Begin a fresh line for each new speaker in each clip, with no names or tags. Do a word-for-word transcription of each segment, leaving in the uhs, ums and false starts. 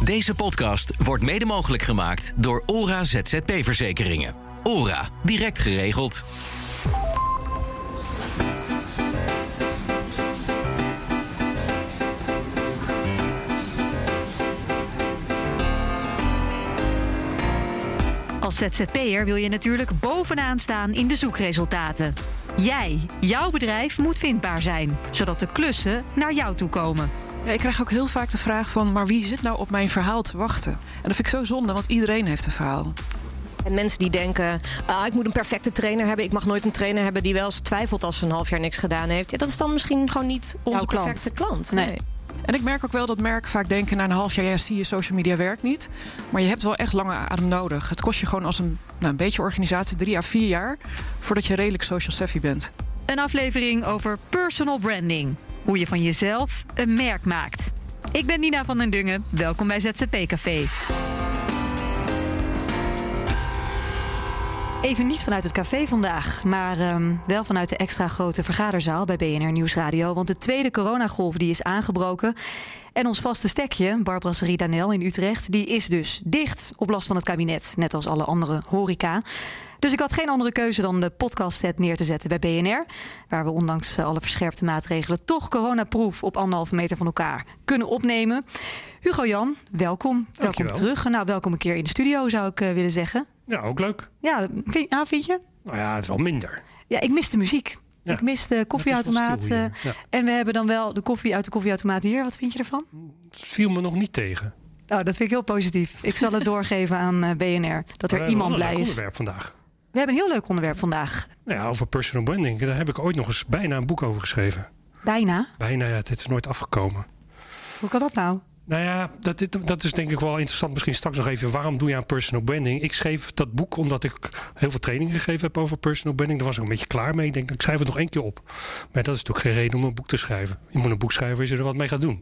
Deze podcast wordt mede mogelijk gemaakt door OHRA Z Z P-verzekeringen. OHRA, direct geregeld.
Als Z Z P'er wil je natuurlijk bovenaan staan in de zoekresultaten. Jij, jouw bedrijf moet vindbaar zijn, zodat de klussen naar jou toe komen.
Ja, ik krijg ook heel vaak de vraag van, maar wie zit nou op mijn verhaal te wachten? En dat vind ik zo zonde, want iedereen heeft een verhaal.
En mensen die denken, ah, ik moet een perfecte trainer hebben. Ik mag nooit een trainer hebben die wel eens twijfelt als ze een half jaar niks gedaan heeft. Ja, dat is dan misschien gewoon niet onze
Jouw klant.
perfecte klant.
Nee.
Nee.
En ik merk ook wel dat merken vaak denken, na een half jaar, ja, zie je, social media werkt niet. Maar je hebt wel echt lange adem nodig. Het kost je gewoon als een, nou, een beetje organisatie drie à vier jaar voordat je redelijk social savvy bent.
Een aflevering over personal branding. Hoe je van jezelf een merk maakt. Ik ben Nina van den Dungen. Welkom bij Z Z P Café. Even niet vanuit het café vandaag, maar um, wel vanuit de extra grote vergaderzaal bij B N R Nieuwsradio. Want de tweede coronagolf die is aangebroken. En ons vaste stekje, Barbara Danel in Utrecht, die is dus dicht op last van het kabinet. Net als alle andere horeca. Dus ik had geen andere keuze dan de podcastset neer te zetten bij B N R. Waar we ondanks alle verscherpte maatregelen toch coronaproof op anderhalve meter van elkaar kunnen opnemen. Hugo Jan, welkom.
Dankjewel.
Welkom terug. Nou, welkom een keer in de studio zou ik uh, willen zeggen.
Ja, ook leuk.
Ja, vind, ah, vind je?
Nou ja, het is wel minder.
Ja, ik mis de muziek.
Ja,
ik mis de koffieautomaat.
stil hier, ja.
En we hebben dan wel de koffie uit de koffieautomaat hier. Wat vind je ervan?
Het viel me nog niet tegen.
Nou, dat vind ik heel positief. Ik zal het doorgeven aan uh, B N R. Dat er
Maar
iemand
we hebben
blij
een
is.
onderwerp vandaag.
We hebben een heel leuk onderwerp vandaag.
Nou ja, over personal branding. Daar heb ik ooit nog eens bijna een boek over geschreven.
Bijna.
Bijna, ja, dit is nooit afgekomen.
Hoe kan dat nou?
Nou ja, dat, dat is denk ik wel interessant. Misschien straks nog even. Waarom doe je aan personal branding? Ik schreef dat boek omdat ik heel veel trainingen gegeven heb over personal branding. Daar was ik een beetje klaar mee. Ik denk, ik schrijf het nog één keer op. Maar dat is natuurlijk geen reden om een boek te schrijven. Je moet een boek schrijven als je er wat mee gaat doen.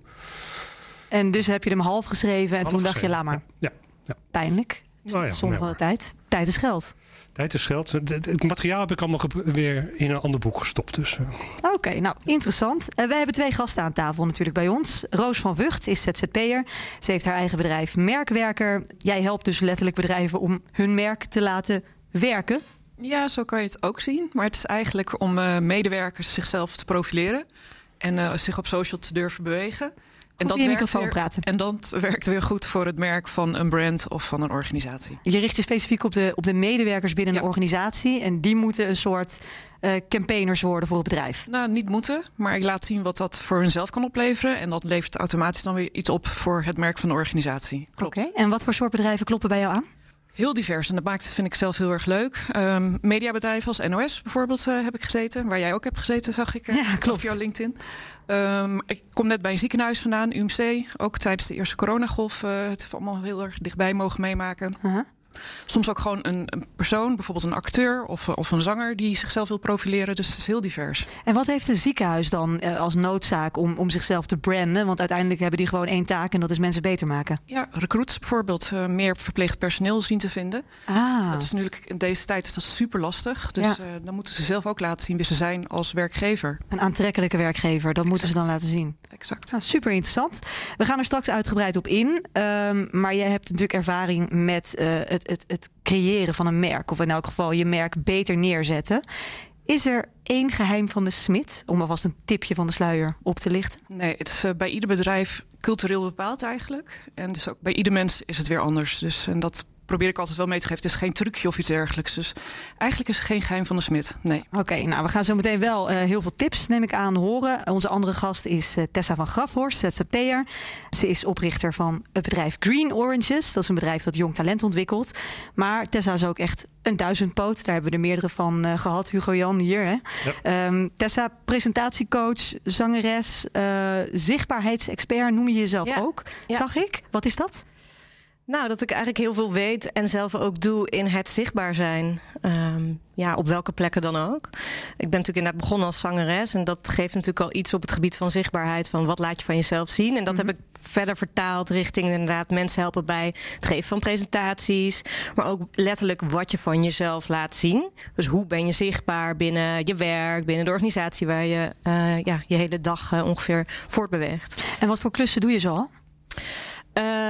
En dus heb je hem half geschreven en
Half
toen dacht
geschreven.
je, laat maar.
Ja, ja.
Pijnlijk.
Nou ja,
Soms van de tijd. Tijd is geld.
Tijd is geld. Het, het materiaal heb ik allemaal weer in een ander boek gestopt. Dus, uh.
Oké, okay, nou, interessant. Uh, we hebben twee gasten aan tafel natuurlijk bij ons. Roos van Vught is Z Z P'er. Ze heeft haar eigen bedrijf Merkwerker. Jij helpt dus letterlijk bedrijven om hun merk te laten werken.
Ja, zo kan je het ook zien. Maar het is eigenlijk om uh, medewerkers zichzelf te profileren. En uh, zich op social te durven bewegen. En dat,
in je
werkt
microfoon
weer,
praten.
en dat werkt weer goed voor het merk van een brand of van een organisatie.
Je richt je specifiek op de, op de medewerkers binnen
Ja.
een organisatie. En die moeten een soort uh, campaigners worden voor het bedrijf.
Nou, niet moeten, maar ik laat zien wat dat voor hunzelf kan opleveren. En dat levert automatisch dan weer iets op voor het merk van de organisatie. Klopt.
Oké. En wat voor soort bedrijven kloppen bij jou aan?
Heel divers en dat maakt het, vind ik zelf heel erg leuk. Um, mediabedrijven als N O S bijvoorbeeld uh, heb ik gezeten. Waar jij ook hebt gezeten, zag ik uh,
ja, klopt.
op jouw LinkedIn. Um, ik kom net bij een ziekenhuis vandaan, U M C. Ook tijdens de eerste coronagolf. Uh, het heeft allemaal heel erg dichtbij mogen meemaken.
Uh-huh.
Soms ook gewoon een, een persoon, bijvoorbeeld een acteur of, of een zanger die zichzelf wil profileren. Dus het is heel divers.
En wat heeft een ziekenhuis dan uh, als noodzaak om, om zichzelf te branden? Want uiteindelijk hebben die gewoon één taak en dat is mensen beter maken.
Ja, recruits bijvoorbeeld. Uh, meer verpleegd personeel zien te vinden.
Ah.
Dat is natuurlijk in deze tijd is dat super lastig. Dus
Ja.
uh, dan moeten ze zelf ook laten zien wie ze zijn als werkgever.
Een aantrekkelijke werkgever, dat moeten ze dan laten zien.
Exact.
Nou, super interessant. We gaan er straks uitgebreid op in. Um, maar jij hebt natuurlijk ervaring met uh, het, het, het creëren van een merk. Of in elk geval je merk beter neerzetten. Is er één geheim van de smid? Om alvast een tipje van de sluier op te lichten.
Nee, het is uh, bij ieder bedrijf cultureel bepaald eigenlijk. En dus ook bij ieder mens is het weer anders. Dus en dat probeer ik altijd wel mee te geven. Het is geen trucje of iets dergelijks. Dus eigenlijk is het geen geheim van de smid. Nee.
Oké, okay, nou we gaan zo meteen wel uh, heel veel tips, neem ik aan, horen. Onze andere gast is uh, Tessa van Grafhorst, Z Z P'er. Ze is oprichter van het bedrijf Green Oranges. Dat is een bedrijf dat jong talent ontwikkelt. Maar Tessa is ook echt een duizendpoot. Daar hebben we er meerdere van uh, gehad. Hugo Jan hier. Hè? Ja. Um, Tessa, presentatiecoach, zangeres, uh, zichtbaarheidsexpert noem je jezelf ja. ook, ja. zag ik. Wat is dat?
Nou, dat ik eigenlijk heel veel weet en zelf ook doe in het zichtbaar zijn. Um, ja, op welke plekken dan ook. Ik ben natuurlijk inderdaad begonnen als zangeres. En dat geeft natuurlijk al iets op het gebied van zichtbaarheid. Van wat laat je van jezelf zien. En dat mm-hmm. heb ik verder vertaald richting inderdaad mensen helpen bij het geven van presentaties. Maar ook letterlijk wat je van jezelf laat zien. Dus hoe ben je zichtbaar binnen je werk, binnen de organisatie waar je uh, ja, je hele dag uh, ongeveer voortbeweegt.
En wat voor klussen doe je zo al?
Um,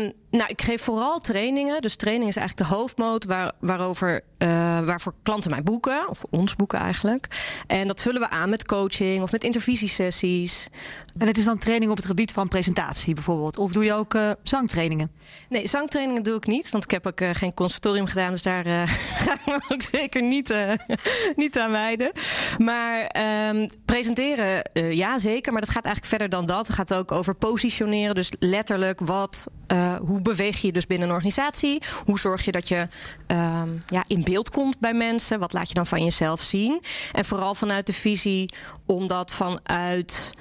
nou, ik geef vooral trainingen. Dus training is eigenlijk de hoofdmoot waar, waarover, uh, waarvoor klanten mij boeken. Of ons boeken eigenlijk. En dat vullen we aan met coaching of met intervisiesessies.
En het is dan training op het gebied van presentatie bijvoorbeeld? Of doe je ook uh, zangtrainingen?
Nee, zangtrainingen doe ik niet. Want ik heb ook uh, geen conservatorium gedaan. Dus daar uh, ga ik me ook zeker niet, uh, niet aan wijden. Maar um, presenteren, uh, ja zeker. Maar dat gaat eigenlijk verder dan dat. Het gaat ook over positioneren. Dus letterlijk wat, uh, hoe beweeg je je dus binnen een organisatie? Hoe zorg je dat je um, ja, in beeld komt bij mensen? Wat laat je dan van jezelf zien? En vooral vanuit de visie om dat vanuit...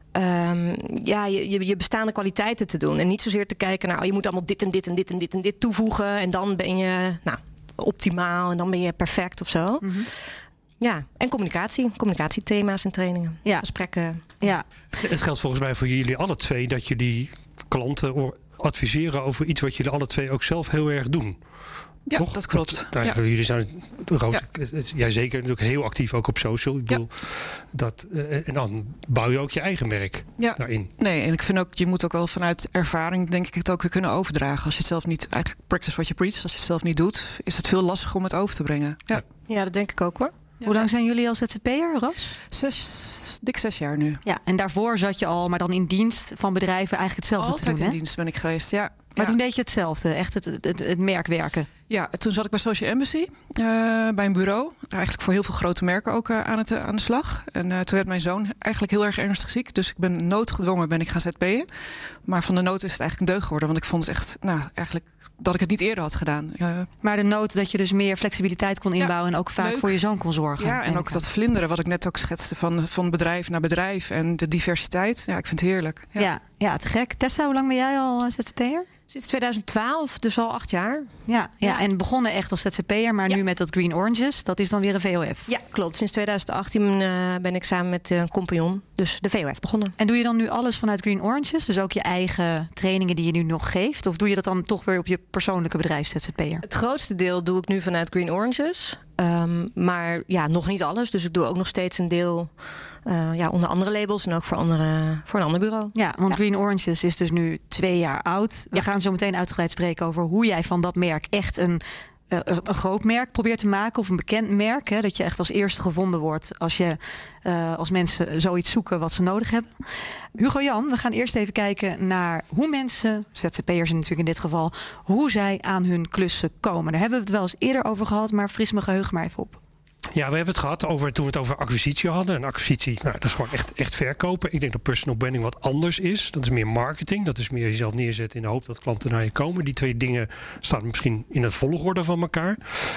Um, ja, je, je bestaande kwaliteiten te doen. En niet zozeer te kijken naar... Oh, je moet allemaal dit en dit en dit en dit en dit toevoegen. En dan ben je nou, optimaal en dan ben je perfect of zo. Mm-hmm. Ja, en communicatie. Communicatiethema's en trainingen. Ja. Gesprekken.
Ja.
Het geldt volgens mij voor jullie alle twee... dat jullie klanten adviseren over iets... wat jullie alle twee ook zelf heel erg doen.
Ja,
toch?
Dat klopt.
Nou, ja. Jullie zijn, Roos, ja. jij zeker natuurlijk heel actief ook op social. Ik bedoel, ja. dat, uh, en dan bouw je ook je eigen merk ja. daarin.
Nee, en ik vind ook, je moet ook wel vanuit ervaring, denk ik, het ook weer kunnen overdragen. Als je het zelf niet, eigenlijk practice what you preach. Als je het zelf niet doet, is het veel lastiger om het over te brengen. Ja,
ja. ja dat denk ik ook hoor.
Ja. Hoe lang zijn jullie als Z Z P'er, Roos?
Zes, dik zes jaar nu.
Ja, en daarvoor zat je al, maar dan in dienst van bedrijven eigenlijk hetzelfde
Altijd
te doen,
in
hè?
dienst ben ik geweest, ja.
Maar
ja.
toen deed je hetzelfde, echt het, het, het, het merkwerken.
Ja, toen zat ik bij Social Embassy, uh, bij een bureau. Eigenlijk voor heel veel grote merken ook uh, aan, het, uh, aan de slag. En uh, toen werd mijn zoon eigenlijk heel erg ernstig ziek. Dus ik ben noodgedwongen ben ik gaan Z P'en. Maar van de nood is het eigenlijk een deugd geworden. Want ik vond het echt, nou, eigenlijk dat ik het niet eerder had gedaan. Uh,
maar de nood dat je dus meer flexibiliteit kon inbouwen... Ja, en ook vaak leuk. Voor je zoon kon zorgen.
Ja, en ook dat vlinderen wat ik net ook schetste... van, van bedrijf naar bedrijf en de diversiteit. Ja, ik vind het heerlijk. Ja,
ja, ja te gek. Tessa, hoe lang ben jij al Z Z P'er?
Sinds twintig twaalf, dus al acht jaar.
Ja, ja, ja. En begonnen echt als Z Z P'er, maar ja. nu met dat Green Oranges. Dat is dan weer een V O F.
Ja, klopt. Sinds twintig achttien uh, ben ik samen met een uh, compagnon, dus de V O F, begonnen.
En doe je dan nu alles vanuit Green Oranges? Dus ook je eigen trainingen die je nu nog geeft? Of doe je dat dan toch weer op je persoonlijke bedrijf Z Z P'er?
Het grootste deel doe ik nu vanuit Green Oranges. Um, maar ja, nog niet alles. Dus ik doe ook nog steeds een deel... Uh, ja, onder andere labels en ook voor, andere, voor een ander bureau.
Ja, want ja. Green Oranges is dus nu twee jaar oud. We ja. gaan zo meteen uitgebreid spreken over hoe jij van dat merk echt een, uh, een groot merk probeert te maken. Of een bekend merk. Hè, dat je echt als eerste gevonden wordt als, je, uh, als mensen zoiets zoeken wat ze nodig hebben. Hugo Jan, we gaan eerst even kijken naar hoe mensen, Z Z P'ers natuurlijk in dit geval, hoe zij aan hun klussen komen. Daar hebben we het wel eens eerder over gehad, maar fris mijn geheugen maar even op.
Ja, we hebben het gehad over toen we het over acquisitie hadden. En acquisitie, nou, dat is gewoon echt, echt verkopen. Ik denk dat personal branding wat anders is. Dat is meer marketing. Dat is meer jezelf neerzetten in de hoop dat klanten naar je komen. Die twee dingen staan misschien in het volgorde van elkaar.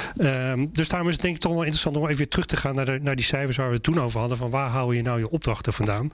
Um, dus daarom is het denk ik toch wel interessant om even weer terug te gaan naar, de, naar die cijfers waar we het toen over hadden. Van waar haal je nou je opdrachten vandaan?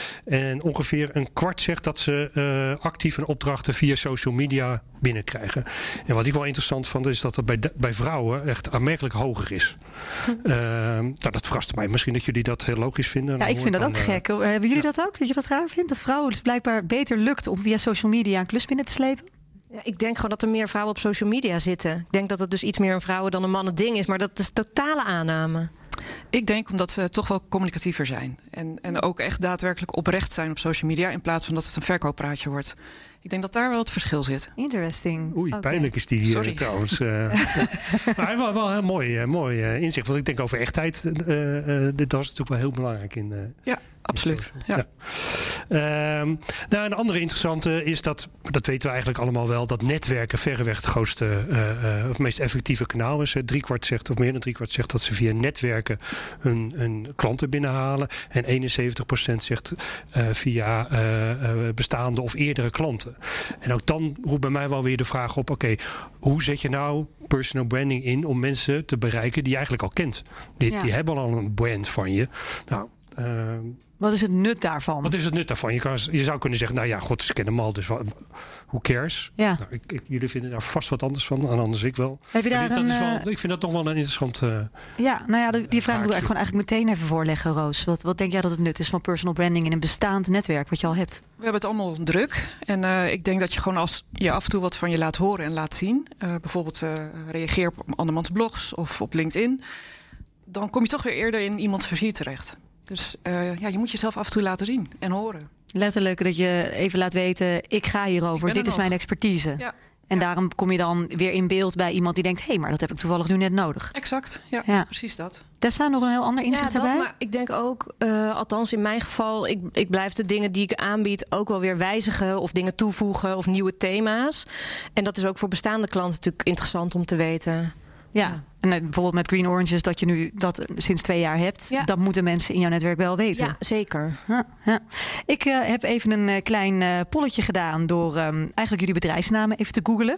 En ongeveer een kwart zegt dat ze uh, actief een opdrachten via social media binnenkrijgen. En wat ik wel interessant vond is dat dat bij, bij vrouwen echt aanmerkelijk hoger is. Uh, nou, dat verrast mij. Misschien dat jullie dat heel logisch vinden.
Ja, ik vind dat ook uh, gek. Hebben jullie
ja.
dat ook? Dat je dat raar vindt? Dat vrouwen dus blijkbaar beter lukt om via social media een klus binnen te slepen?
Ja, ik denk gewoon dat er meer vrouwen op social media zitten. Ik denk dat het dus iets meer een vrouwen dan een mannen ding is. Maar dat is totale aanname.
Ik denk omdat ze toch wel communicatiever zijn. En, en ook echt daadwerkelijk oprecht zijn op social media. In plaats van dat het een verkooppraatje wordt. Ik denk dat daar wel het verschil zit.
Interesting.
Oei, okay. Pijnlijk is die hier trouwens. Uh, maar wel, wel heel mooi, uh, mooi uh, inzicht. Want ik denk over echtheid. Uh, uh, dit was natuurlijk wel heel belangrijk in. Uh,
ja, absoluut. Ja.
Ja. Uh, nou, een andere interessante is dat, dat weten we eigenlijk allemaal wel, dat netwerken verreweg het grootste, uh, uh, of meest effectieve kanaal is. Driekwart zegt, of meer dan driekwart zegt dat ze via netwerken hun, hun klanten binnenhalen. En eenenzeventig procent zegt uh, via uh, uh, bestaande of eerdere klanten. En ook dan roept bij mij wel weer de vraag op, oké, okay, hoe zet je nou personal branding in om mensen te bereiken die je eigenlijk al kent? Die, ja. die hebben al een brand van je. Nou, Uh,
wat is het nut daarvan?
Wat is het nut daarvan? Je, kan, je zou kunnen zeggen, nou ja, god, ze kennen hem al, dus who cares?
Ja.
Nou, ik, ik, jullie vinden daar vast wat anders van, en anders ik wel.
Heb je daar
dat
een,
is wel, ik vind dat toch wel een interessant. Uh,
ja, nou ja, die, die vraag wil ik gewoon eigenlijk meteen even voorleggen, Roos. Wat, wat denk jij dat het nut is van personal branding in een bestaand netwerk wat je al hebt?
We hebben het allemaal druk. En uh, ik denk dat je gewoon als je af en toe wat van je laat horen en laat zien. Uh, bijvoorbeeld uh, reageer op andermans blogs of op LinkedIn. Dan kom je toch weer eerder in iemands vizier terecht. Dus uh, ja, je moet jezelf af en toe laten zien en horen.
Letterlijk dat je even laat weten, ik ga hierover,
Ik
dit is
nog.
mijn expertise.
Ja.
En
Ja.
daarom kom je dan weer in beeld bij iemand die denkt, hé, hey, maar dat heb ik toevallig nu net nodig.
Exact, ja,
Ja.
precies dat.
Tessa, nog een heel ander inzicht
ja, dat,
erbij?
maar ik denk ook, uh, althans in mijn geval, ik, ik blijf de dingen die ik aanbied ook wel weer wijzigen of dingen toevoegen of nieuwe thema's. En dat is ook voor bestaande klanten natuurlijk interessant om te weten.
Ja,
Ja.
en uh, bijvoorbeeld met Green Oranges, dat je nu dat sinds twee jaar hebt.
Ja.
Dat moeten mensen in jouw netwerk wel weten.
Ja, zeker.
Ja, ja. Ik uh, heb even een uh, klein uh, polletje gedaan door um, eigenlijk jullie bedrijfsnamen even te googlen.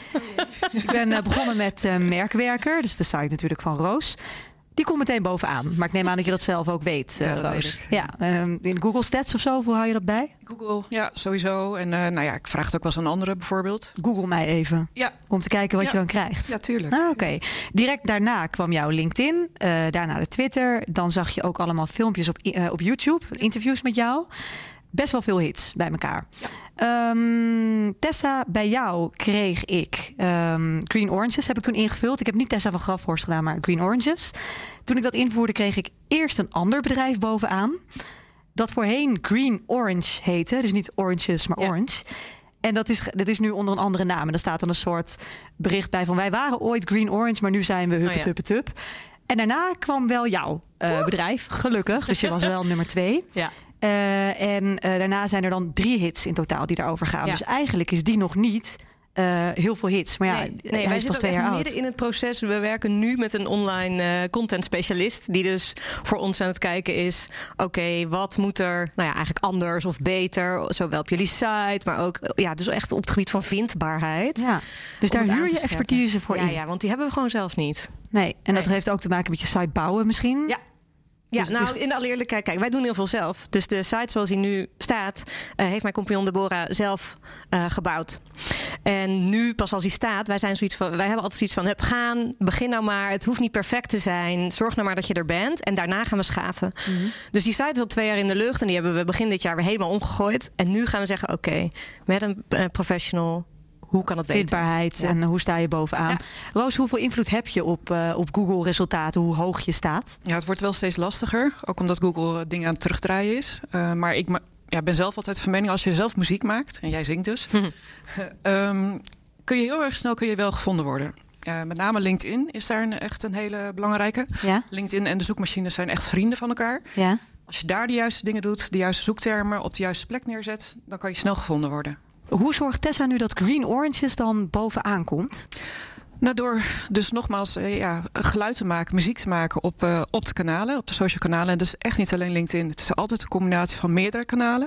Ik ben uh, begonnen met uh, Merkwerker, dus de site natuurlijk van Roos. Die komt meteen bovenaan. Maar ik neem aan dat je dat zelf ook weet, uh,
Ja, dat
Roos.
weet ik.
Ja, um, in Google Stats of zo, hoe hou je dat bij?
Google, ja, sowieso. En uh, nou ja, ik vraag het ook wel eens aan anderen bijvoorbeeld.
Google mij even,
Ja,
om te kijken wat
Ja.
je dan krijgt.
ja tuurlijk.
Ah, Oké. Okay. Direct daarna kwam jouw LinkedIn, uh, daarna de Twitter. Dan zag je ook allemaal filmpjes op, uh, op YouTube, interviews met jou. Best wel veel hits bij elkaar. Ja. Um, Tessa, bij jou kreeg ik um, Green Oranges, heb ik toen ingevuld. Ik heb niet Tessa van Grafhorst gedaan, maar Green Oranges. Toen ik dat invoerde, kreeg ik eerst een ander bedrijf bovenaan. Dat voorheen Green Orange heette. Dus niet Oranges, maar
Ja.
Orange. En dat is, dat is nu onder een andere naam. En daar staat dan een soort bericht bij van, wij waren ooit Green Orange, maar nu zijn we huppetuppetup. Oh, ja. En daarna kwam wel jouw uh, bedrijf, gelukkig. Dus je was wel nummer twee.
Ja.
Uh, en uh, daarna zijn er dan drie hits in totaal die daarover gaan.
Ja.
Dus eigenlijk is die nog niet uh, heel veel hits. Maar ja,
nee, nee,
hij
wij
is pas
zitten
twee
ook
jaar
echt
oud.
midden in het proces. We werken nu met een online uh, content specialist die dus voor ons aan het kijken is, oké, okay, wat moet er nou ja, eigenlijk anders of beter, zowel op jullie site, maar ook ja, dus echt op het gebied van vindbaarheid.
Ja. Dus daar huur je expertise voor
ja,
in.
Ja, want die hebben we gewoon zelf niet.
Nee, en dat
nee.
heeft ook te maken met je site bouwen misschien.
Ja. Ja,
dus,
nou,
dus...
in alle eerlijkheid, kijk, wij doen heel veel zelf. Dus de site zoals die nu staat, uh, heeft mijn compagnon Deborah zelf uh, gebouwd. En nu, pas als hij staat, wij zijn zoiets van, wij hebben altijd zoiets van, hup, gaan, begin nou maar. Het hoeft niet perfect te zijn. Zorg nou maar dat je er bent. En daarna gaan we schaven. Mm-hmm. Dus die site is al twee jaar in de lucht en die hebben we begin dit jaar weer helemaal omgegooid. En nu gaan we zeggen, oké, okay, met een uh, professional, hoe kan het beter?
Vindbaarheid ja. en hoe sta je bovenaan. Ja. Roos, hoeveel invloed heb je op, uh, op Google-resultaten, hoe hoog je staat?
Ja, het wordt wel steeds lastiger. Ook omdat Google dingen aan het terugdraaien is. Uh, maar ik ma- ja, ben zelf altijd van mening, als je zelf muziek maakt, en jij zingt dus, um, kun je heel erg snel kun je wel gevonden worden. Uh, met name LinkedIn is daar een, echt een hele belangrijke.
Ja?
LinkedIn en de zoekmachines zijn echt vrienden van elkaar.
Ja?
Als je daar de juiste dingen doet, de juiste zoektermen op de juiste plek neerzet, dan kan je snel gevonden worden.
Hoe zorgt Tessa nu dat Green Oranges dan bovenaan komt?
Nou, door dus nogmaals uh, ja, geluid te maken, muziek te maken op, uh, op de kanalen, op de social kanalen. En dus echt niet alleen LinkedIn. Het is altijd een combinatie van meerdere kanalen.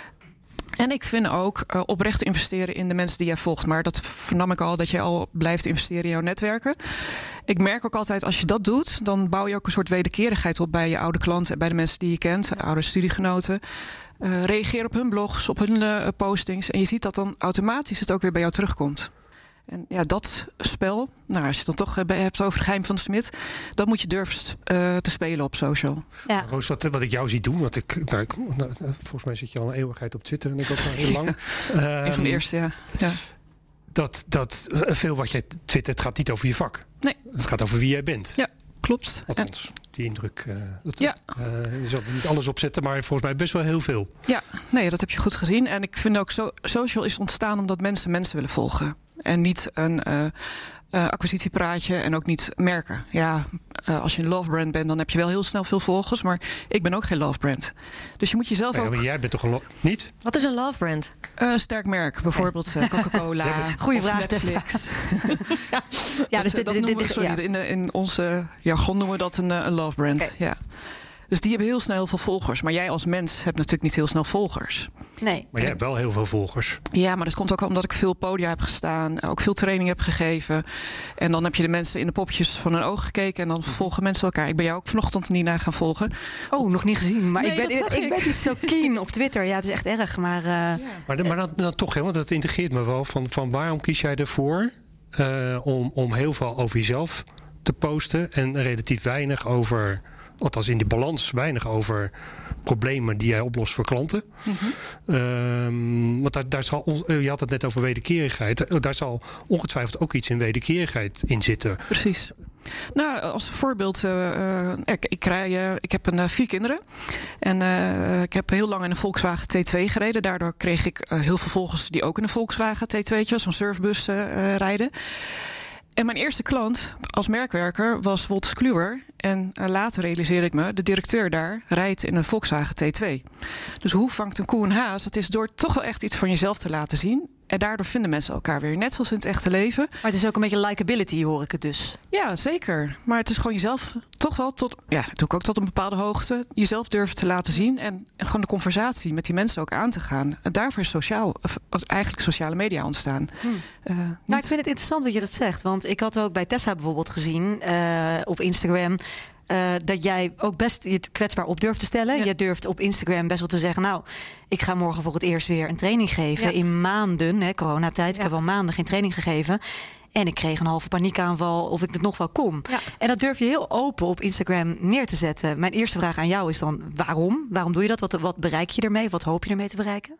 En ik vind ook uh, oprecht investeren in de mensen die jij volgt. Maar dat vernam ik al, dat je al blijft investeren in jouw netwerken. Ik merk ook altijd, als je dat doet, dan bouw je ook een soort wederkerigheid op bij je oude klanten en bij de mensen die je kent, oude studiegenoten. Uh, reageer op hun blogs, op hun uh, postings. En je ziet dat dan automatisch het ook weer bij jou terugkomt. En ja, dat spel, nou, als je het dan toch hebt over het geheim van de smid, dan moet je durven uh, te spelen op social.
Ja.
Roos, wat, wat ik jou zie doen, want ik, nou, ik nou, volgens mij zit je al een eeuwigheid op Twitter en ik ook al heel lang.
Ja,
um,
een van de eerste, ja. ja.
Dat, dat veel wat jij twittert, het gaat niet over je vak.
Nee.
Het gaat over wie jij bent.
Ja, klopt.
Althans, die indruk. Uh, dat,
ja.
uh, je zal er niet alles opzetten, maar volgens mij best wel heel veel.
Ja, nee, dat heb je goed gezien. En ik vind ook, so, social is ontstaan omdat mensen mensen willen volgen. En niet een uh, uh, acquisitiepraatje en ook niet merken. Ja, uh, als je een love brand bent, dan heb je wel heel snel veel volgers. Maar ik ben ook geen love brand. Dus je moet jezelf
nee,
ook...
Maar jij bent toch een lo- niet?
Wat is een love brand?
Een uh, sterk merk. Bijvoorbeeld uh, Coca-Cola. Ja,
Goeie
of
vraag,
Netflix.
ja, ja, dus
dat,
dit,
dat
dit,
we, sorry,
ja.
in, de, in onze jargon noemen we dat een, een love brand. Okay. Ja. Dus die hebben heel snel heel veel volgers. Maar jij als mens hebt natuurlijk niet heel snel volgers.
Nee.
Maar jij hebt wel heel veel volgers.
Ja, maar dat komt ook omdat ik veel podia heb gestaan. Ook veel training heb gegeven. En dan heb je de mensen in de popjes van hun ogen gekeken. En dan volgen mensen elkaar. Ik ben jou ook vanochtend Nina gaan volgen.
Oh, nog niet gezien. Maar
nee,
ik, ben, ik, ik ben niet zo keen op Twitter. Ja, het is echt erg. Maar, uh, ja.
maar, maar dan, dan toch, hè, want dat integreert me wel. Van, van waarom kies jij ervoor uh, om, om heel veel over jezelf te posten. En relatief weinig over... Althans in die balans weinig over problemen die jij oplost voor klanten. Mm-hmm. Um, want daar, daar zal, je had het net over wederkerigheid. Daar zal ongetwijfeld ook iets in wederkerigheid in zitten.
Precies. Nou, als voorbeeld, uh, ik, ik, rij, uh, ik heb een, uh, vier kinderen. En uh, ik heb heel lang in een Volkswagen T twee gereden. Daardoor kreeg ik uh, heel veel volgers die ook in een Volkswagen T twee, zo'n surfbus, uh, uh, rijden. En mijn eerste klant als merkwerker was Wolters Kluwer. En uh, later realiseerde ik me, de directeur daar rijdt in een Volkswagen T twee. Dus hoe vangt een koe een haas? Dat is door toch wel echt iets van jezelf te laten zien. En daardoor vinden mensen elkaar weer, net zoals in het echte leven.
Maar het is ook een beetje likability, hoor ik het dus.
Ja, zeker. Maar het is gewoon jezelf toch wel tot, ja, dat doe ik ook tot een bepaalde hoogte, jezelf durven te laten zien. En, en gewoon de conversatie met die mensen ook aan te gaan. En daarvoor is sociaal, of eigenlijk sociale media ontstaan.
Hmm.
Uh,
nou, ik vind het interessant wat je dat zegt. Want ik had ook bij Tessa bijvoorbeeld gezien uh, op Instagram. Uh, dat jij ook best je kwetsbaar op durft te stellen. Ja. Je durft op Instagram best wel te zeggen, nou, ik ga morgen voor het eerst weer een training geven. Ja. In maanden, hè, coronatijd. Ja. Ik heb al maanden geen training gegeven. En ik kreeg een halve paniekaanval of ik het nog wel kon. Ja. En dat durf je heel open op Instagram neer te zetten. Mijn eerste vraag aan jou is dan, waarom? Waarom doe je dat? Wat, wat bereik je ermee? Wat hoop je ermee te bereiken?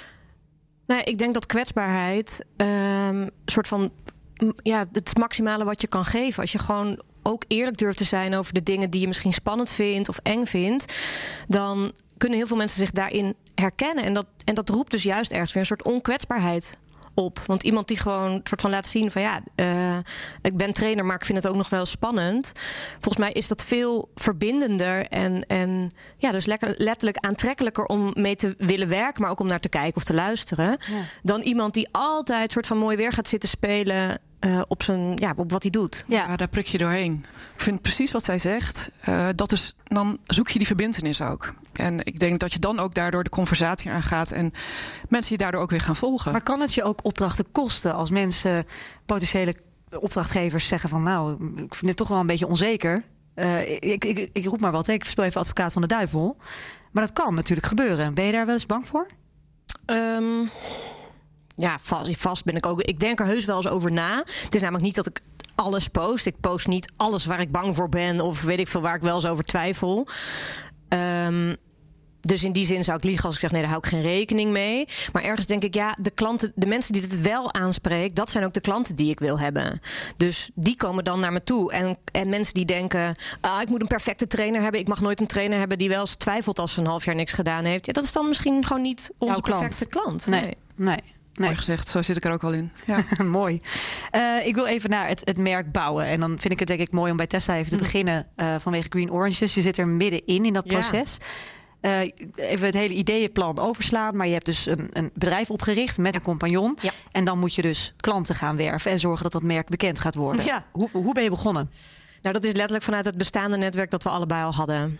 Nou, ik denk dat kwetsbaarheid een uh, soort van, ja, het maximale wat je kan geven. Als je gewoon ook eerlijk durft te zijn over de dingen die je misschien spannend vindt of eng vindt, dan kunnen heel veel mensen zich daarin herkennen. En dat, en dat roept dus juist ergens weer een soort onkwetsbaarheid op. Want iemand die gewoon soort van laat zien van ja, uh, ik ben trainer, maar ik vind het ook nog wel spannend. Volgens mij is dat veel verbindender en, en ja, dus lekker, letterlijk aantrekkelijker om mee te willen werken, maar ook om naar te kijken of te luisteren. Ja. Dan iemand die altijd soort van mooi weer gaat zitten spelen Uh, op, zijn, ja, op wat hij doet.
Ja. ja, daar prik je doorheen. Ik vind precies wat zij zegt. Uh, dat is, dan zoek je die verbintenis ook. En ik denk dat je dan ook daardoor de conversatie aangaat en mensen je daardoor ook weer gaan volgen.
Maar kan het je ook opdrachten kosten als mensen, potentiële opdrachtgevers, zeggen van nou, ik vind het toch wel een beetje onzeker. Uh, ik, ik, ik roep maar wat, ik speel even advocaat van de duivel. Maar dat kan natuurlijk gebeuren. Ben je daar wel eens bang voor?
Um... Ja, vast, vast ben ik ook. Ik denk er heus wel eens over na. Het is namelijk niet dat ik alles post. Ik post niet alles waar ik bang voor ben of weet ik veel waar ik wel eens over twijfel. Um, dus in die zin zou ik liegen als ik zeg nee, daar hou ik geen rekening mee. Maar ergens denk ik ja, de klanten, de mensen die dit wel aanspreekt, dat zijn ook de klanten die ik wil hebben. Dus die komen dan naar me toe. En, en mensen die denken, ah, ik moet een perfecte trainer hebben. Ik mag nooit een trainer hebben die wel eens twijfelt als ze een half jaar niks gedaan heeft. Ja, dat is dan misschien gewoon niet onze
klant.
perfecte klant.
Nee, nee. nee.
Nee. Mooi gezegd, zo zit ik er ook al in. Ja.
Mooi. Uh, ik wil even naar het, het merk bouwen. En dan vind ik het denk ik mooi om bij Tessa even te mm. beginnen uh, vanwege Green Oranges. Je zit er middenin in dat ja. proces. Uh, even het hele ideeënplan overslaan. Maar je hebt dus een, een bedrijf opgericht met een compagnon. Ja. En dan moet je dus klanten gaan werven en zorgen dat dat merk bekend gaat worden. Ja. Hoe, hoe ben je begonnen?
Nou, dat is letterlijk vanuit het bestaande netwerk dat we allebei al hadden.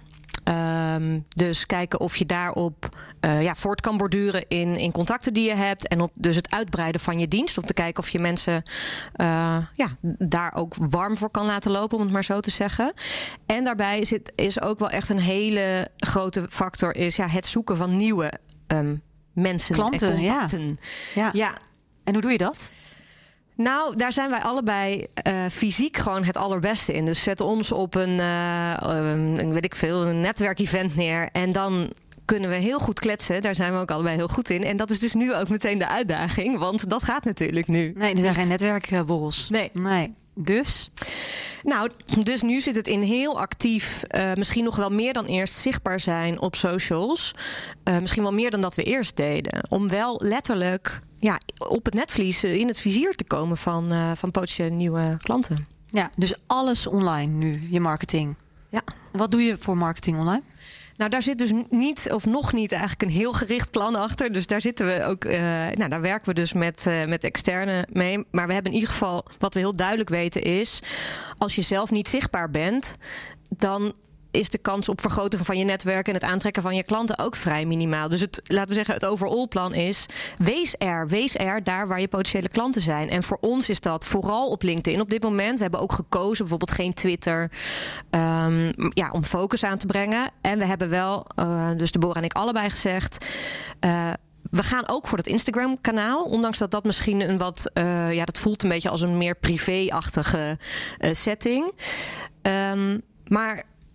Um, dus kijken of je daarop uh, ja, voort kan borduren in, in contacten die je hebt. En op dus het uitbreiden van je dienst. Om te kijken of je mensen uh, ja, daar ook warm voor kan laten lopen, om het maar zo te zeggen. En daarbij zit, is ook wel echt een hele grote factor is ja, het zoeken van nieuwe um, mensen
klanten,
en contacten.
Ja. Ja. ja. En hoe doe je dat?
Nou, daar zijn wij allebei uh, fysiek gewoon het allerbeste in. Dus zet ons op een, uh, een weet ik veel, een netwerkevent neer. En dan kunnen we heel goed kletsen. Daar zijn we ook allebei heel goed in. En dat is dus nu ook meteen de uitdaging. Want dat gaat natuurlijk nu.
Nee, er zijn geen netwerkborrels.
Nee.
nee. Dus?
Nou, dus nu zit het in heel actief, uh, misschien nog wel meer dan eerst zichtbaar zijn op socials. Uh, misschien wel meer dan dat we eerst deden. Om wel letterlijk ja, op het netvlies in het vizier te komen van, uh, van potentiële nieuwe klanten.
Ja, dus alles online nu, je marketing.
Ja.
Wat doe je voor marketing online?
Nou, daar zit dus niet of nog niet eigenlijk een heel gericht plan achter. Dus daar zitten we ook. Uh, nou, daar werken we dus met, uh, met externe mee. Maar we hebben in ieder geval, wat we heel duidelijk weten is, als je zelf niet zichtbaar bent, dan is de kans op vergroten van je netwerk en het aantrekken van je klanten ook vrij minimaal. Dus het, laten we zeggen, het overall plan is, wees er. Wees er daar waar je potentiële klanten zijn. En voor ons is dat vooral op LinkedIn op dit moment. We hebben ook gekozen, bijvoorbeeld geen Twitter, um, ja, om focus aan te brengen. En we hebben wel, uh, dus Deborah en ik allebei gezegd, Uh, we gaan ook voor het Instagram-kanaal. Ondanks dat dat misschien een wat, Uh, ja, dat voelt een beetje als een meer privé-achtige uh, setting. Um, maar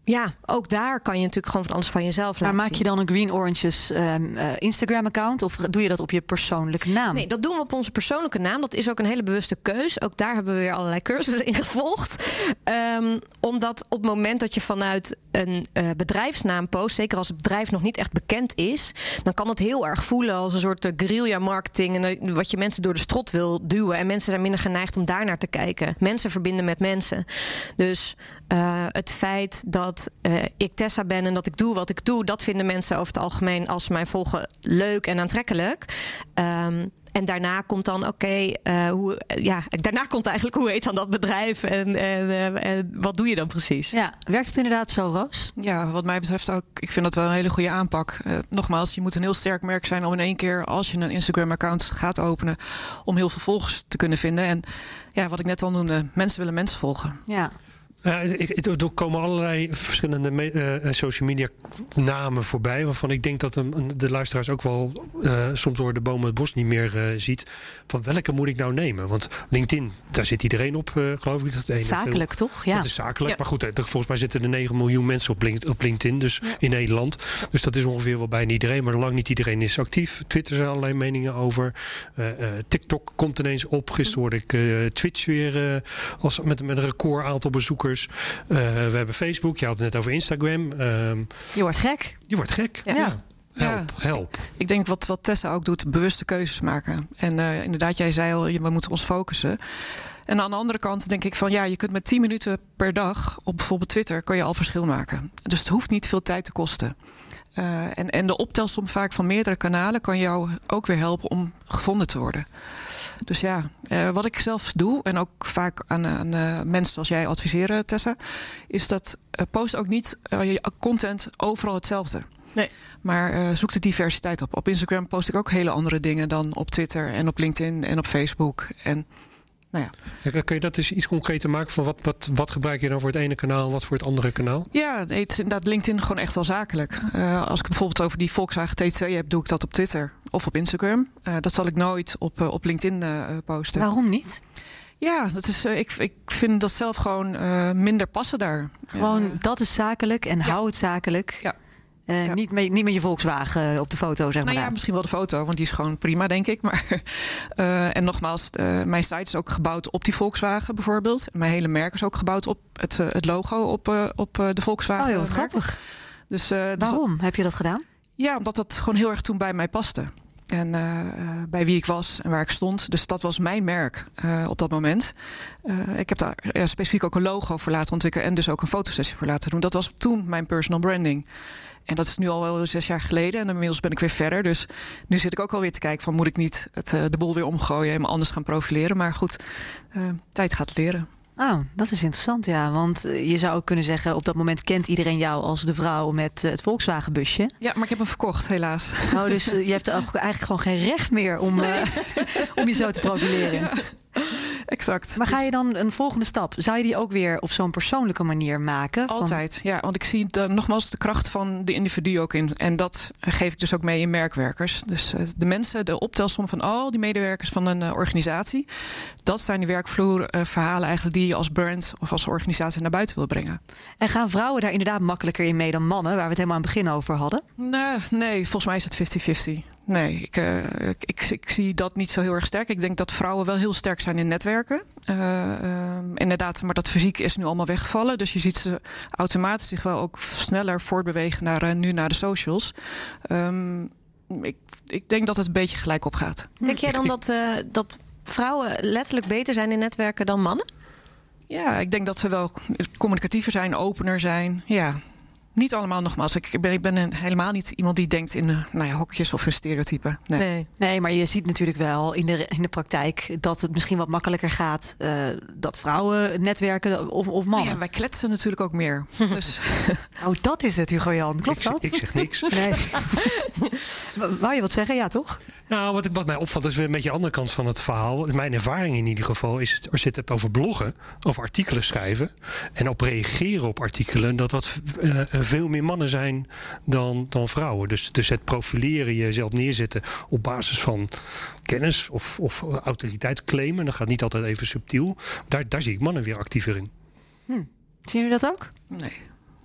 ja, ook daar kan je natuurlijk gewoon van alles van jezelf
maar
laten
maak
zien.
je dan een Green Oranges um, uh, Instagram-account? Of doe je dat op je persoonlijke naam?
Nee, dat doen we op onze persoonlijke naam. Dat is ook een hele bewuste keus. Ook daar hebben we weer allerlei cursussen in gevolgd. Um, omdat op het moment dat je vanuit een uh, bedrijfsnaam post, zeker als het bedrijf nog niet echt bekend is, dan kan het heel erg voelen als een soort uh, guerrilla-marketing en uh, wat je mensen door de strot wil duwen. En mensen zijn minder geneigd om daar naar te kijken. Mensen verbinden met mensen. Dus Uh, het feit dat uh, ik Tessa ben en dat ik doe wat ik doe, dat vinden mensen over het algemeen, als ze mij volgen, leuk en aantrekkelijk. Um, en daarna komt dan, oké, okay, uh, hoe, ja, daarna komt eigenlijk hoe heet dan dat bedrijf en, en, uh, en wat doe je dan precies?
Ja, werkt het inderdaad zo, Roos?
Ja, wat mij betreft ook. Ik vind dat wel een hele goede aanpak. Uh, nogmaals, je moet een heel sterk merk zijn om in één keer, als je een Instagram-account gaat openen, om heel veel volgers te kunnen vinden. En ja, wat ik net al noemde, mensen willen mensen volgen.
Ja.
Ja, er komen allerlei verschillende me- uh, social media namen voorbij, waarvan ik denk dat een, de luisteraars ook wel uh, soms door de bomen het bos niet meer uh, ziet. Van welke moet ik nou nemen? Want LinkedIn, daar zit iedereen op, uh, geloof ik. Dat de ene
zakelijk,
veel,
toch? Ja.
Dat is zakelijk.
Ja.
Maar goed, volgens mij zitten er negen miljoen mensen op, Link, op LinkedIn, dus ja. in Nederland. Dus dat is ongeveer wel bijna iedereen, maar lang niet iedereen is actief. Twitter zijn allerlei meningen over. Uh, uh, TikTok komt ineens op. Gisteren hoorde ik uh, Twitch weer uh, als, met, met een record aantal bezoekers. Uh, we hebben Facebook, je had het net over Instagram. Uh,
je wordt gek.
Je wordt gek,
ja.
ja. Help,
ja,
help.
Ik denk wat, wat Tessa ook doet, bewuste keuzes maken. En uh, inderdaad, jij zei al, we moeten ons focussen. En aan de andere kant denk ik van, ja, je kunt met tien minuten per dag op bijvoorbeeld Twitter kan je al verschil maken. Dus het hoeft niet veel tijd te kosten. Uh, en, en de optelsom vaak van meerdere kanalen kan jou ook weer helpen om gevonden te worden. Dus ja, uh, wat ik zelf doe, en ook vaak aan, aan uh, mensen zoals jij adviseren, Tessa, is dat uh, post ook niet uh, je content overal hetzelfde.
Nee.
Maar uh, zoek de diversiteit op. Op Instagram post ik ook hele andere dingen dan op Twitter en op LinkedIn en op Facebook. En nou ja.
Ja, kun je dat eens iets concreter maken van wat, wat, wat gebruik je dan voor het ene kanaal en wat voor het andere kanaal?
Ja, het is inderdaad LinkedIn gewoon echt wel zakelijk. Uh, als ik bijvoorbeeld over die Volkswagen T twee heb, doe ik dat op Twitter of op Instagram. Uh, dat zal ik nooit op, uh, op LinkedIn uh, posten.
Waarom niet?
Ja, dat is, uh, ik, ik vind dat zelf gewoon uh, minder passen daar.
Gewoon,
uh,
dat is zakelijk en
ja.
hou het zakelijk.
Ja.
Uh,
Ja.
niet, met, niet met je Volkswagen op de foto, zeg maar.
Nou ja, misschien wel de foto, want die is gewoon prima, denk ik. Maar, uh, en nogmaals, uh, mijn site is ook gebouwd op die Volkswagen bijvoorbeeld. Mijn hele merk is ook gebouwd op het, uh, het logo op, uh, op uh, de Volkswagen.
Oh, heel wat
merk.
grappig.
Dus, uh, dus
Waarom
dat,
heb je dat gedaan?
ja, omdat dat gewoon heel erg toen bij mij paste. En uh, bij wie ik was en waar ik stond. Dus dat was mijn merk uh, op dat moment. Uh, ik heb daar uh, specifiek ook een logo voor laten ontwikkelen. En dus ook een fotosessie voor laten doen. Dat was toen mijn personal branding. En dat is nu al wel zes jaar geleden. En inmiddels ben ik weer verder. Dus nu zit ik ook alweer te kijken van, moet ik niet het, uh, de boel weer omgooien en me anders gaan profileren. Maar goed, uh, tijd gaat leren.
Oh, dat is interessant, ja. Want je zou ook kunnen zeggen, op dat moment kent iedereen jou als de vrouw met het Volkswagen-busje.
Ja, maar ik heb hem verkocht, helaas.
Oh, dus uh, je hebt eigenlijk gewoon geen recht meer om, uh, om je zo te profileren.
Ja, exact.
Maar ga
Dus
je dan een volgende stap? Zou je die ook weer op zo'n persoonlijke manier maken? Van...
altijd, ja. Want ik zie de, nogmaals de kracht van de individu ook in. En dat geef ik dus ook mee in merkwerkers. Dus uh, de mensen, de optelsom van al die medewerkers van een uh, organisatie. Dat zijn die werkvloerverhalen uh, eigenlijk die je als brand of als organisatie naar buiten wil brengen.
En gaan vrouwen daar inderdaad makkelijker in mee dan mannen, waar we het helemaal aan het begin over hadden?
Nee, nee, volgens mij is het vijftig vijftig. Nee, ik, uh, ik, ik, ik zie dat niet zo heel erg sterk. Ik denk dat vrouwen wel heel sterk zijn in netwerken. Uh, uh, inderdaad, maar dat fysiek is nu allemaal weggevallen. Dus je ziet ze automatisch zich wel ook sneller voortbewegen naar, uh, nu naar de socials. Um, ik, ik denk dat het een beetje gelijk op gaat.
Denk jij dan dat, uh, dat vrouwen letterlijk beter zijn in netwerken dan mannen?
Ja, ik denk dat ze wel communicatiever zijn, opener zijn. Ja. Niet allemaal, nogmaals. Ik ben, ik ben een, helemaal niet iemand die denkt in uh, nou ja, hokjes of in stereotypen. Nee.
nee. Nee, maar je ziet natuurlijk wel in de, in de praktijk dat het misschien wat makkelijker gaat. Uh, dat vrouwen netwerken of, of mannen.
Ja, wij kletsen natuurlijk ook meer. Dus.
Oh, dat is het, Hugo-Jan. Klopt
ik,
dat?
Ik zeg niks.
Nee. Wou je wat zeggen? Ja, toch?
Nou, wat, wat mij opvalt is weer een beetje de andere kant van het verhaal. Mijn ervaring in ieder geval is, als je het hebt over bloggen, over artikelen schrijven en op reageren op artikelen, dat dat uh, veel meer mannen zijn dan, dan vrouwen. Dus, dus het profileren, jezelf neerzetten op basis van kennis of, of autoriteit claimen, dat gaat niet altijd even subtiel. Daar, daar zie ik mannen weer actiever in.
Hm. Zien jullie dat ook?
Nee. Nee.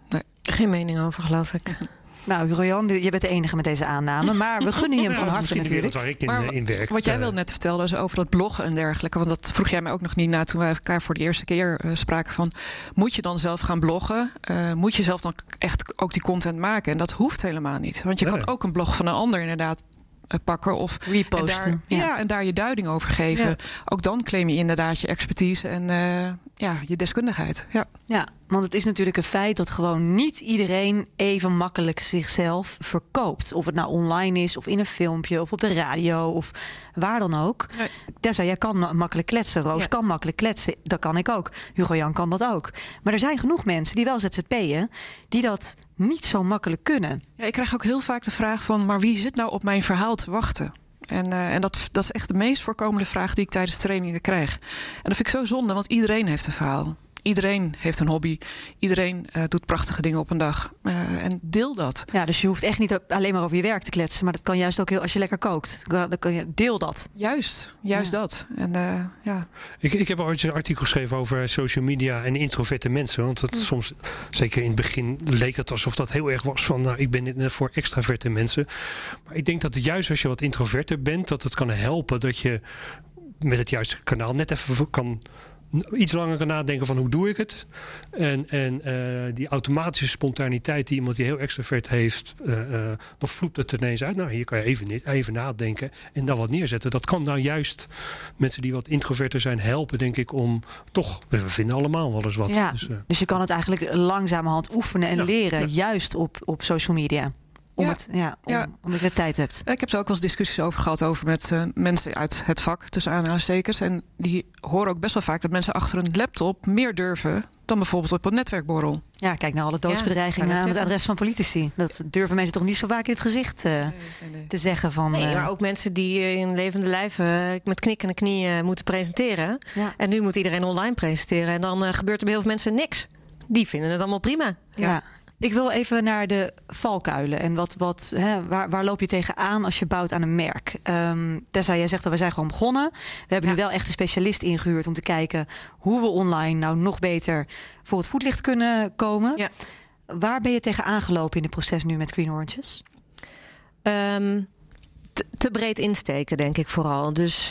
Geen mening over, geloof ik.
Nou, Hugo-Jan, je bent de enige met deze aanname. Maar we gunnen je hem van
Ja,
harte natuurlijk.
Waar ik in,
Maar
in werk.
Wat jij
Uh,
wel net vertelde is over dat bloggen en dergelijke. Want dat vroeg jij mij ook nog niet na toen wij elkaar voor de eerste keer uh, spraken van... moet je dan zelf gaan bloggen? Uh, moet je zelf dan echt ook die content maken? En dat hoeft helemaal niet. Want je
Nee.
kan ook een blog van een ander inderdaad uh, pakken. Of
Reposten,
En daar,
ja.
ja, en daar je duiding over geven.
Ja.
Ook dan claim je inderdaad je expertise en uh, ja, je deskundigheid. Ja.
Ja, want het is natuurlijk een feit dat gewoon niet iedereen even makkelijk zichzelf verkoopt. Of het nou online is, of in een filmpje, of op de radio, of waar dan ook.
Nee.
Tessa, jij kan ma- makkelijk kletsen. Roos
Ja.
kan makkelijk kletsen. Dat kan ik ook. Hugo-Jan kan dat ook. Maar er zijn genoeg mensen die wel Z Z P'en, die dat niet zo makkelijk kunnen.
Ja, ik krijg ook heel vaak de vraag van... maar wie zit nou op mijn verhaal te wachten? En, uh, en dat, dat is echt de meest voorkomende vraag die ik tijdens trainingen krijg. En dat vind ik zo zonde, want iedereen heeft een verhaal. Iedereen heeft een hobby. Iedereen uh, doet prachtige dingen op een dag. Uh, en deel dat.
Ja, dus je hoeft echt niet alleen maar over je werk te kletsen. Maar dat kan juist ook heel als je lekker kookt. Dan kan je, deel dat.
Juist, juist
Ja.
dat. En, uh, ja.
Ik, ik heb ooit een artikel geschreven over social media en introverte mensen. Want het,
Mm.
soms, zeker in het begin, leek het alsof dat heel erg was van... nou, ik ben net voor extraverte mensen. Maar ik denk dat het juist als je wat introverter bent... dat het kan helpen dat je met het juiste kanaal net even kan... iets langer kan nadenken van hoe doe ik het. En, en uh, die automatische spontaniteit die iemand die heel extravert heeft... Uh, uh, dan vloept het ineens uit. Nou, hier kan je even, even nadenken en dan wat neerzetten. Dat kan nou juist mensen die wat introverter zijn helpen, denk ik, om toch... We vinden allemaal wel eens wat.
Ja,
dus, uh,
dus je kan het eigenlijk langzamerhand oefenen en
Ja,
leren.
ja.
Juist op, op social media. Om
Ja,
het, ja, om,
ja.
omdat je de tijd hebt.
Ik heb er ook wel eens discussies over gehad over met uh, mensen uit het vak, tussen aanhalingstekens. En die horen ook best wel vaak dat mensen achter een laptop meer durven dan bijvoorbeeld op een netwerkborrel.
Ja, kijk naar alle
Ja,
doodsbedreigingen
kan
aan
het
het
zeggen.
adres van politici. Dat durven mensen toch niet zo vaak in het gezicht uh,
Nee, nee, nee.
te zeggen van...
Nee,
uh,
maar ook mensen die uh, in levende lijven met knikkende knieën moeten presenteren.
Ja.
En nu moet iedereen online presenteren. En dan uh, gebeurt er bij heel veel mensen niks. Die vinden het allemaal prima.
Ja. Ik wil even naar de valkuilen. En wat, wat, hè, waar, waar loop je tegenaan als je bouwt aan een merk? Um, Tessa, jij zegt dat we zijn gewoon begonnen. We hebben
Ja.
nu wel echt een specialist ingehuurd om te kijken hoe we online nou nog beter voor het voetlicht kunnen komen.
Ja.
Waar ben je tegen aangelopen in het proces nu met Green Oranges?
Um, te, te breed insteken, denk ik vooral. Dus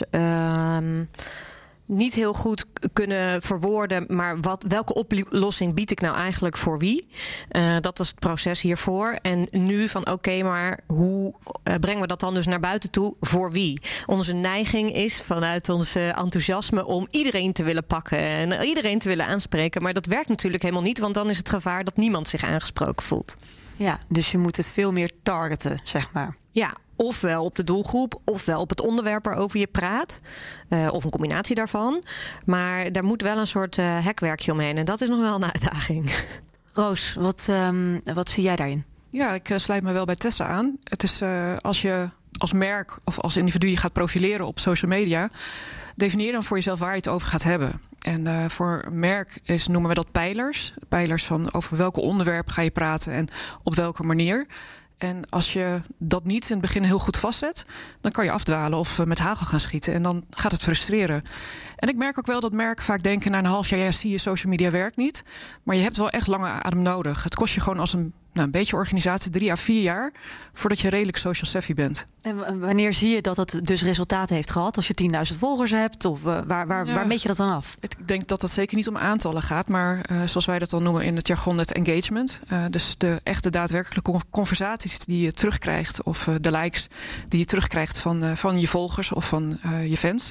um, niet heel goed k- kunnen verwoorden, maar wat, welke oplossing bied ik nou eigenlijk voor wie? Uh, dat was het proces hiervoor. En nu van oké, okay, maar hoe uh, brengen we dat dan dus naar buiten toe? Voor wie? Onze neiging is vanuit ons uh, enthousiasme om iedereen te willen pakken en iedereen te willen aanspreken. Maar dat werkt natuurlijk helemaal niet, want dan is het gevaar dat niemand zich aangesproken voelt.
Ja, dus je moet het veel meer targeten, zeg maar.
Ja, ofwel op de doelgroep, ofwel op het onderwerp waarover je praat. Uh, of een combinatie daarvan. Maar daar moet wel een soort uh, hekwerkje omheen. En dat is nog wel een uitdaging.
Roos, wat, um, wat zie jij daarin?
Ja, ik uh, sluit me wel bij Tessa aan. Het is uh, als je als merk of als individu je gaat profileren op social media, definieer dan voor jezelf waar je het over gaat hebben. En uh, voor een merk is, noemen we dat pijlers. Pijlers van over welke onderwerp ga je praten en op welke manier. En als je dat niet in het begin heel goed vastzet, dan kan je afdwalen of uh, met hagel gaan schieten. En dan gaat het frustreren. En ik merk ook wel dat merken vaak denken na een half jaar, ja, zie je, social media werkt niet. Maar je hebt wel echt lange adem nodig. Het kost je gewoon als een, nou, een beetje organisatie drie à vier jaar voordat je redelijk social savvy bent.
En wanneer zie je dat het dus resultaten heeft gehad? Als je tienduizend volgers hebt? Of uh, waar, waar,
Ja.
waar meet je dat dan af?
Ik denk dat het zeker niet om aantallen gaat, maar uh, zoals wij dat dan noemen in het jargon, het engagement. Uh, dus de echte daadwerkelijke conversaties die je terugkrijgt, of uh, de likes die je terugkrijgt van, uh, van je volgers of van uh, je fans.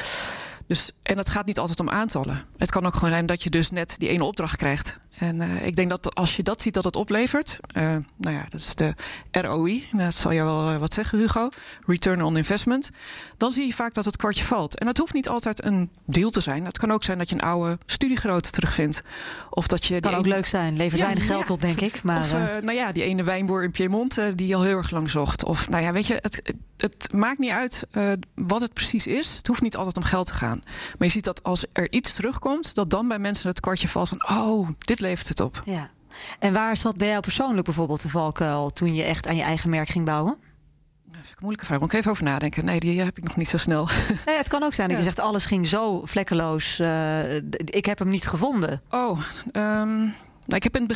Dus, en het gaat niet altijd om aantallen. Het kan ook gewoon zijn dat je dus net die ene opdracht krijgt. En uh, ik denk dat als je dat ziet dat het oplevert, uh, nou ja, dat is de R O I. Dat zal je wel uh, wat zeggen, Hugo. Return on investment. Dan zie je vaak dat het kwartje valt. En dat hoeft niet altijd een deal te zijn. Het kan ook zijn dat je een oude studiegenoot terugvindt. Of dat je
Kan
die
ook
ene...
leuk zijn. Levert
Ja,
weinig geld
ja.
op, denk ik. Maar,
Of uh, nou ja, die ene wijnboer in Piemont uh, die al heel erg lang zocht. Of nou ja, weet je, het, het, het maakt niet uit uh, wat het precies is. Het hoeft niet altijd om geld te gaan. Maar je ziet dat als er iets terugkomt, dat dan bij mensen het kwartje valt van, oh, dit levert het op.
ja. En waar zat bij jou persoonlijk bijvoorbeeld de valkuil toen je echt aan je eigen merk ging bouwen?
Dat vind ik een moeilijke vraag. Moet ik even over nadenken? Nee, die heb ik nog niet zo snel.
Nee, het kan ook zijn dat
Ja.
je zegt alles ging zo vlekkeloos. Uh, ik heb hem niet gevonden.
Oh, um, nou, ik heb in het begin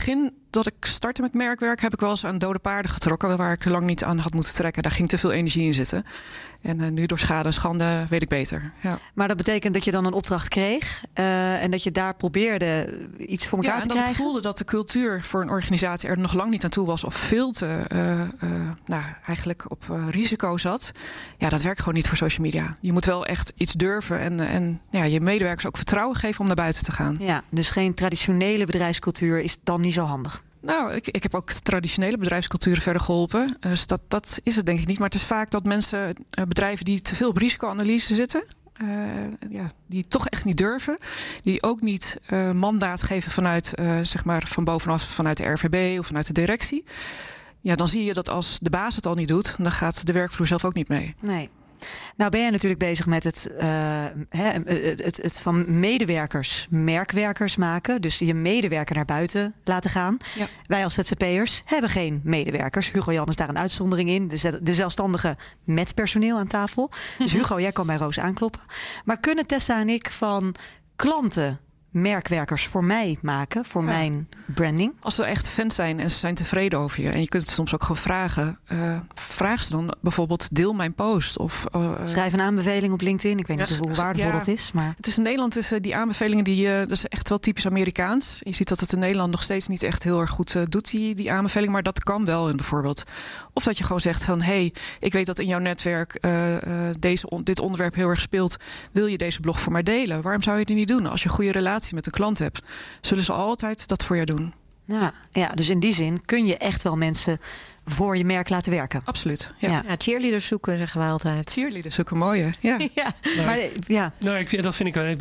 dat ik startte met merkwerk heb ik wel eens aan dode paarden getrokken, waar ik lang niet aan had moeten trekken. Daar ging te veel energie in zitten. En uh, nu door schade en schande weet ik beter. Ja.
Maar dat betekent dat je dan een opdracht kreeg uh, en dat je daar probeerde iets voor elkaar
ja,
te
en
krijgen?
Ja, en dat ik voelde dat de cultuur voor een organisatie er nog lang niet aan toe was of veel te uh, uh, nou, eigenlijk op uh, risico zat. Ja, dat werkt gewoon niet voor social media. Je moet wel echt iets durven en, en ja, je medewerkers ook vertrouwen geven om naar buiten te gaan.
Ja, dus geen traditionele bedrijfscultuur is dan niet zo handig.
Nou, ik, ik heb ook traditionele bedrijfsculturen verder geholpen. Dus dat, dat is het denk ik niet. Maar het is vaak dat mensen, uh, bedrijven die te veel op risicoanalyse zitten, Uh, ja, die toch echt niet durven. Die ook niet uh, mandaat geven vanuit, uh, zeg maar, van bovenaf, vanuit de R V B of vanuit de directie. Ja, dan zie je dat als de baas het al niet doet, dan gaat de werkvloer zelf ook niet mee.
Nee. Nou ben jij natuurlijk bezig met het, uh, he, het, het, het van medewerkers merkwerkers maken. Dus je medewerker naar buiten laten gaan. Ja. Wij als Z Z P'ers hebben geen medewerkers. Hugo Jan is daar een uitzondering in. De, de zelfstandige met personeel aan tafel. Dus Hugo, jij kan bij Roos aankloppen. Maar kunnen Tessa en ik van klanten merkwerkers voor mij maken, voor ja. mijn branding?
Als ze echt fans zijn en ze zijn tevreden over je en je kunt het soms ook gewoon vragen, uh, vraag ze dan bijvoorbeeld deel mijn post of uh,
schrijf een aanbeveling op LinkedIn. Ik weet niet ja, hoe waardevol ja, dat is, maar
het is in Nederland is uh, die aanbevelingen die uh, dat is echt wel typisch Amerikaans. Je ziet dat het in Nederland nog steeds niet echt heel erg goed uh, doet die die aanbeveling, maar dat kan wel in bijvoorbeeld. Of dat je gewoon zegt van hey, ik weet dat in jouw netwerk uh, uh, deze on- dit onderwerp heel erg speelt. Wil je deze blog voor mij delen? Waarom zou je die niet doen? Als je een goede relatie met een klant hebt, zullen ze altijd dat voor jou doen.
Ja, ja, dus in die zin kun je echt wel mensen voor je merk laten werken.
Absoluut. Ja,
ja cheerleaders zoeken, zeggen wij altijd.
Cheerleaders zoeken mooie. Ja.
ja,
nou,
maar, ja.
Nou, ik, dat vind ik uh, uh,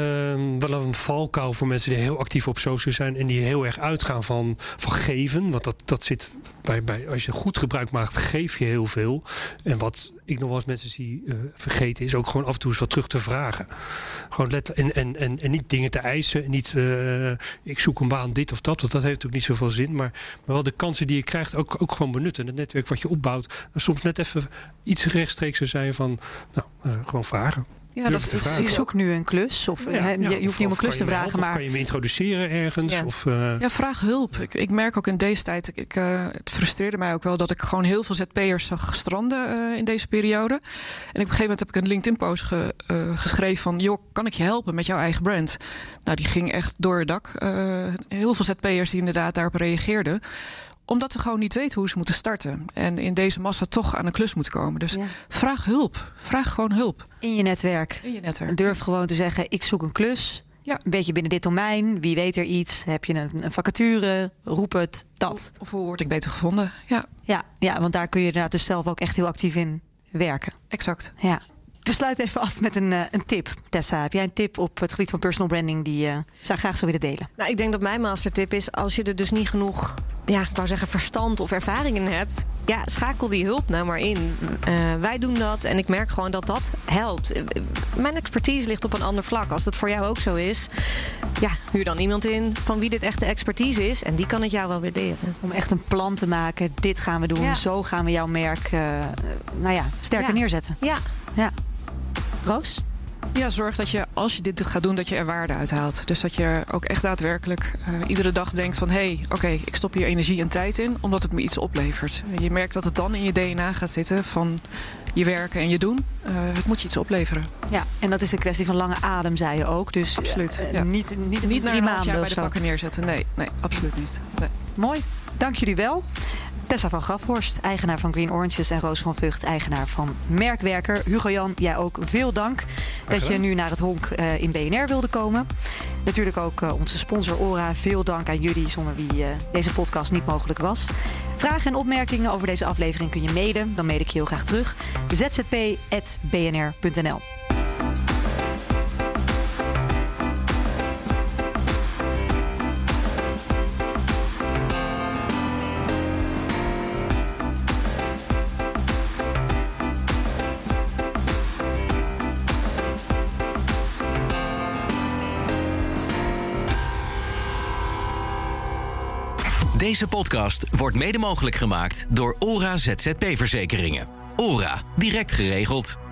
wel een valkuil voor mensen die heel actief op social zijn en die heel erg uitgaan van, van geven. Want dat, dat zit bij, bij, als je goed gebruik maakt, geef je heel veel. En wat ik nog wel eens mensen zie uh, vergeten, is ook gewoon af en toe eens wat terug te vragen. Gewoon let, en, en, en, en niet dingen te eisen. En niet, uh, ik zoek een baan, dit of dat. Want dat heeft natuurlijk niet zoveel zin. Maar, maar wel de kansen die je krijgt ook, ook gewoon benutten. Het netwerk wat je opbouwt. Soms net even iets rechtstreeks zijn van, nou, uh, gewoon vragen.
Ja, dat is, ik zoek nu een klus. Of, ja, he, ja, je hoeft niet om een klus te vragen.
Helpen,
maar
of kan je me introduceren ergens?
Ja,
of, uh...
ja vraag hulp. Ik, ik merk ook in deze tijd, ik, ik, uh, het frustreerde mij ook wel dat ik gewoon heel veel Z P'ers zag stranden uh, in deze periode. En op een gegeven moment heb ik een LinkedIn-post ge, uh, geschreven van, joh, kan ik je helpen met jouw eigen brand? Nou, die ging echt door het dak. Uh, heel veel Z P'ers die inderdaad daarop reageerden, omdat ze gewoon niet weten hoe ze moeten starten. En in deze massa toch aan een klus moeten komen. Dus ja. vraag hulp. Vraag gewoon hulp.
In je netwerk.
In je netwerk.
Durf gewoon te zeggen, ik zoek een klus. Ja. Een beetje binnen dit domein. Wie weet er iets? Heb je een, een vacature? Roep het. Dat.
Of, of hoe word ik beter gevonden? Ja.
Ja, ja, want daar kun je inderdaad dus zelf ook echt heel actief in werken.
Exact.
Ja. We sluiten even af met een, uh, een tip. Tessa, heb jij een tip op het gebied van personal branding die je uh, graag zou willen delen?
Nou, ik denk dat mijn mastertip is, als je er dus niet genoeg, ja, ik wou zeggen verstand of ervaring in hebt, ja, schakel die hulp nou maar in. Uh, wij doen dat en ik merk gewoon dat dat helpt. Mijn expertise ligt op een ander vlak. Als dat voor jou ook zo is, ja, huur dan iemand in van wie dit echt de expertise is en die kan het jou wel weer leren.
Om echt een plan te maken, dit gaan we doen, ja. Zo gaan we jouw merk uh, nou ja, sterker ja. neerzetten.
Ja.
Ja. Roos?
Ja, zorg dat je, als je dit gaat doen, dat je er waarde uithaalt. Dus dat je ook echt daadwerkelijk uh, iedere dag denkt van, hé, hey, oké, okay, ik stop hier energie en tijd in, omdat het me iets oplevert. Je merkt dat het dan in je D N A gaat zitten van je werken en je doen. Uh, het moet je iets opleveren.
Ja, en dat is een kwestie van lange adem, zei je ook. Dus
absoluut.
Uh,
ja.
Niet, niet,
niet naar een half jaar bij de
zo.
pakken neerzetten. Nee, nee, absoluut niet. Nee.
Mooi, dank jullie wel. Tessa van Grafhorst, eigenaar van Green Oranges, en Roos van Vught, eigenaar van Merkwerker. Hugo Jan, jij ook veel dank dat je nu naar het honk uh, in B N R wilde komen. Natuurlijk ook uh, onze sponsor Ora. Veel dank aan jullie, zonder wie uh, deze podcast niet mogelijk was. Vragen en opmerkingen over deze aflevering kun je mailen. Dan mail ik je heel graag terug. z z p punt b n r punt n l.
Deze podcast wordt mede mogelijk gemaakt door Ora Z Z P Verzekeringen. Ora, direct geregeld.